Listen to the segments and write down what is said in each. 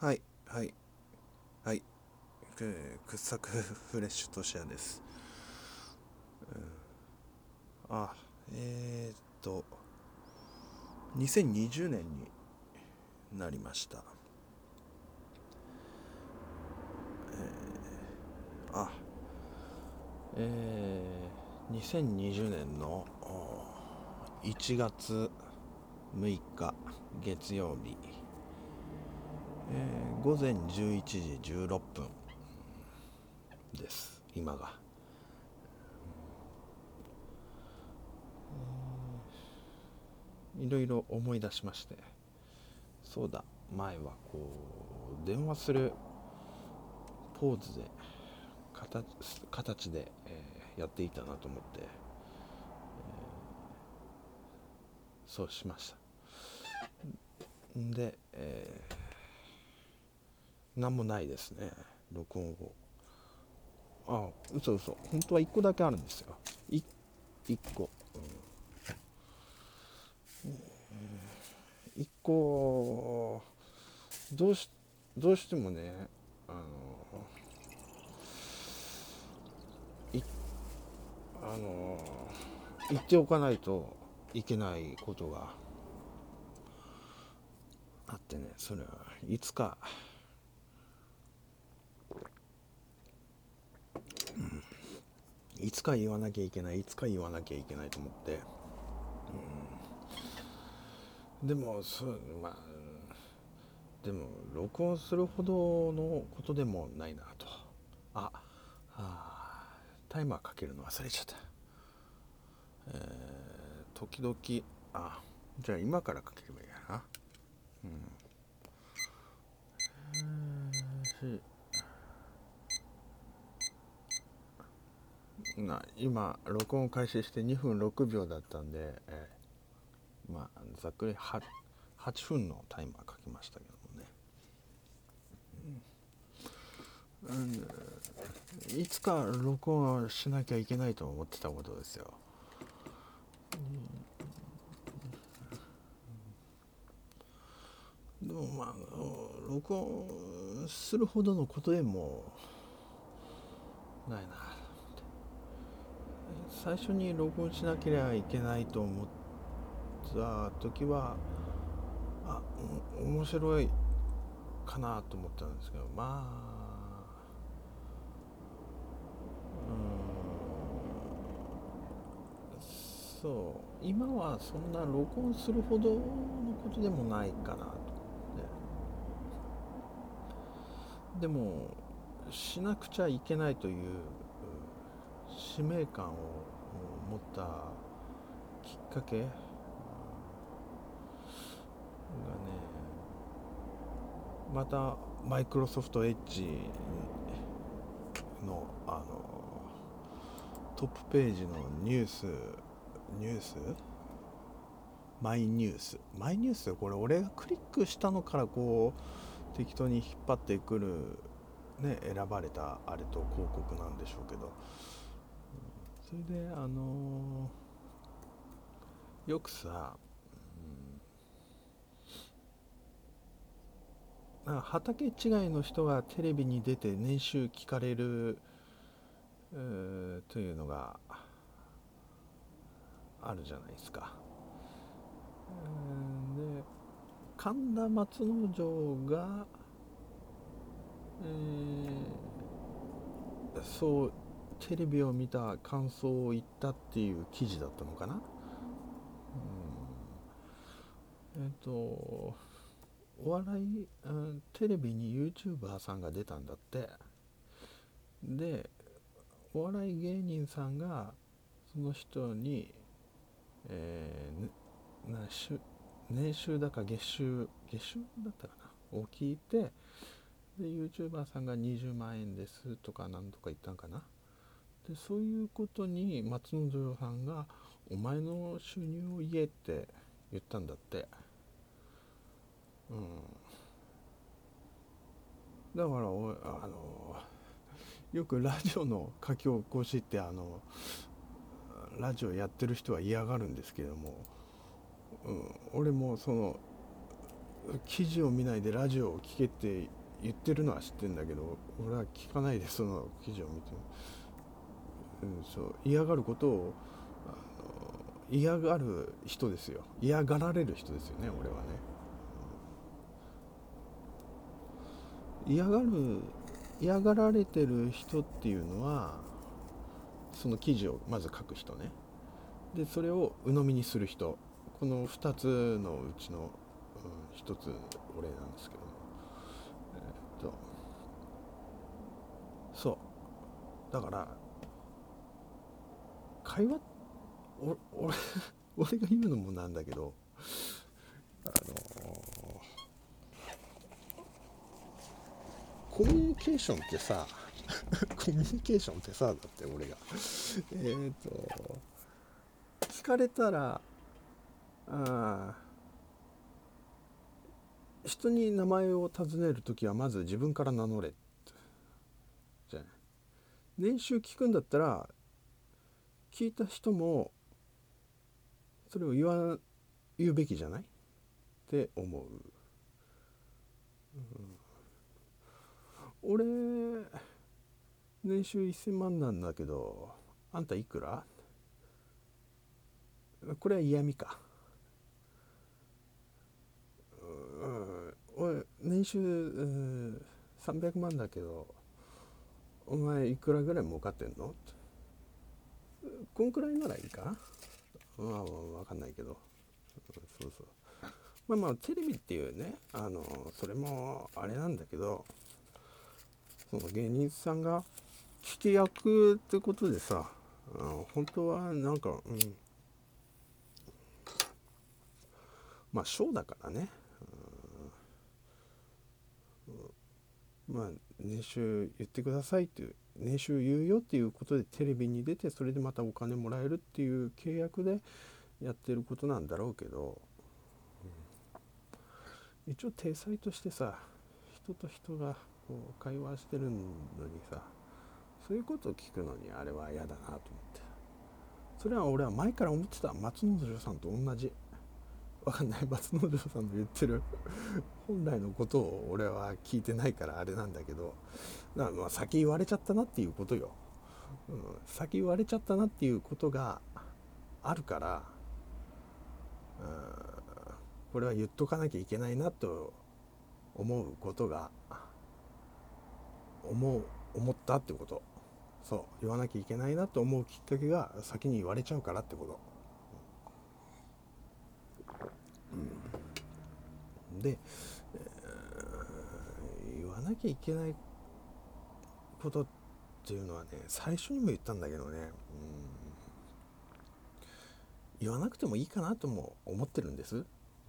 はい、はい、はい、掘削フレッシュとしやです。あ、えーっと、2020年になりました。あ、2020年の1月6日月曜日、午前11時16分です、今が。いろいろ思い出しまして、そうだ、前はこう、電話するポーズで、形で、やっていたなと思って、そうしました。で、なんもないですね、録音後。あ、嘘、本当は1個だけあるんですよ。1個。1個、どうし、どうしてもね、あの、い、あの、言っておかないといけないことがあってね、それはいつか、いつか言わなきゃいけない、いつか言わなきゃいけないと思って、でも、まあ、でも、録音するほどのことでもないなと。あ、タイマーかけるの忘れちゃった。時々、あ、じゃあ今からかければいいやな。今、録音開始して2分6秒だったんで、まあ、ざっくり8分のタイマーかけましたけどもね。いつか録音しなきゃいけないと思ってたことですよ。でもまあ、録音するほどのことでもないな。最初に録音しなければいけないと思った時は、面白いかなと思ったんですけど、まあ、そう今はそんな録音するほどのことでもないかなと思って。でもしなくちゃいけないという使命感を持ったきっかけがね、またマイクロソフトエッジのトップページのニュースマイニュース、これ俺がクリックしたのからこう適当に引っ張ってくるね、選ばれたあれと広告なんでしょうけど、それでよくさ、なんか畑違いの人がテレビに出て年収聞かれる、というのがあるじゃないですか。で、神田松之丞が、そうテレビを見た感想を言ったっていう記事だったのかな。お笑い、テレビに YouTuber さんが出たんだって。で、お笑い芸人さんがその人に、えーなしゅ年収だか月収だったかなを聞いて、で YouTuber さんが20万円ですとかなんとか言ったんかな。でそういうことに松之丞さんがお前の収入を言えって言ったんだって。うん、だからよくラジオの書き起こしってラジオやってる人は嫌がるんですけども、俺もその記事を見ないでラジオを聞けって言ってるのは知ってるんだけど、俺は聞かないでその記事を見て、そう嫌がることを嫌がる人ですよ。嫌がられる人ですよね、俺はね。嫌がる嫌がられてる人っていうのは、その記事をまず書く人ね。でそれを鵜呑みにする人、この2つのうちの、1つ俺なんですけども、そうだから会話、俺俺が言うのもなんだけど、あのコミュニケーションってさコミュニケーションってさ、だって俺が聞かれたら、人に名前を尋ねるときはまず自分から名乗れじゃない。年収聞くんだったら、聞いた人もそれを言うべきじゃないって思う。俺年収1000万なんだけど、あんたいくら？これは嫌味か。俺年収300万だけど、お前いくらぐらい儲かってんの？こんくらいならいいか。まあ分かんないけど、そうそう、まあテレビっていうね、それもあれなんだけど、その芸人さんが聞き役ってことでさ、本当はなんか、まあショーだからね、まあ年収言ってくださいっていう、年収言うよっていうことでテレビに出て、それでまたお金もらえるっていう契約でやってることなんだろうけど、一応体裁としてさ、人と人がこう会話してるのにさ、そういうことを聞くのにあれは嫌だなと思って。それは俺は前から思ってた。松之丞さんと同じ。わかんない、松之丞さんの言ってる本来のことを俺は聞いてないからあれなんだけど、まあ先言われちゃったなっていうことよ、先言われちゃったなっていうことがあるから、これは言っとかなきゃいけないなと思うことが思ったってこと。そう言わなきゃいけないなと思うきっかけが先に言われちゃうからってこと、で、言わなきゃいけないことっていうのはね、最初にも言ったんだけどね、言わなくてもいいかなとも思ってるんです。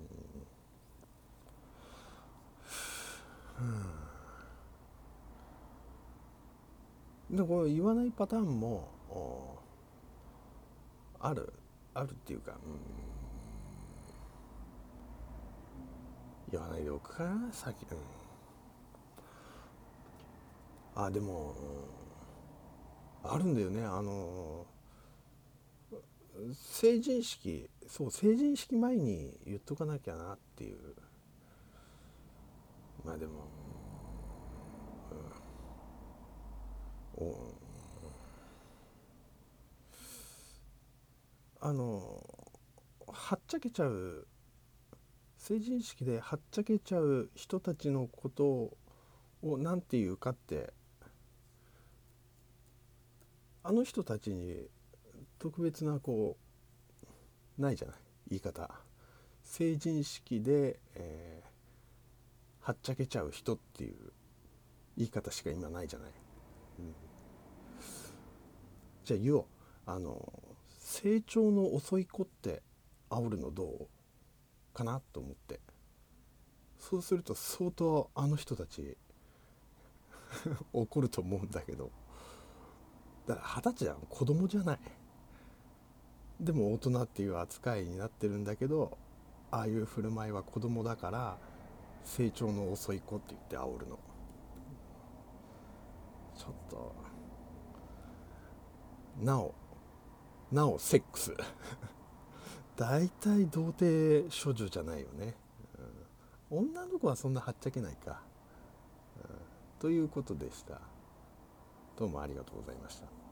でこれ言わないパターンもあるっていうか、言わないでおくかな先、でも、あるんだよね、成人式、そう成人式前に言っとかなきゃなっていう。まあでも、おはっちゃけちゃう、成人式ではっちゃけちゃう人たちのことを何て言うかって、あの人たちに特別なこうないじゃない、言い方。成人式で、はっちゃけちゃう人っていう言い方しか今ないじゃない、じゃあ言おう。成長の遅い子って煽るのどうかなと思って。そうすると相当あの人たち怒ると思うんだけど、だから二十歳じゃ子供じゃない。でも大人っていう扱いになってるんだけど、ああいう振る舞いは子供だから成長の遅い子って言って煽るの。ちょっとなおセックス大体童貞処女じゃないよね、 女の子はそんなはっちゃけないか、ということでした。どうもありがとうございました。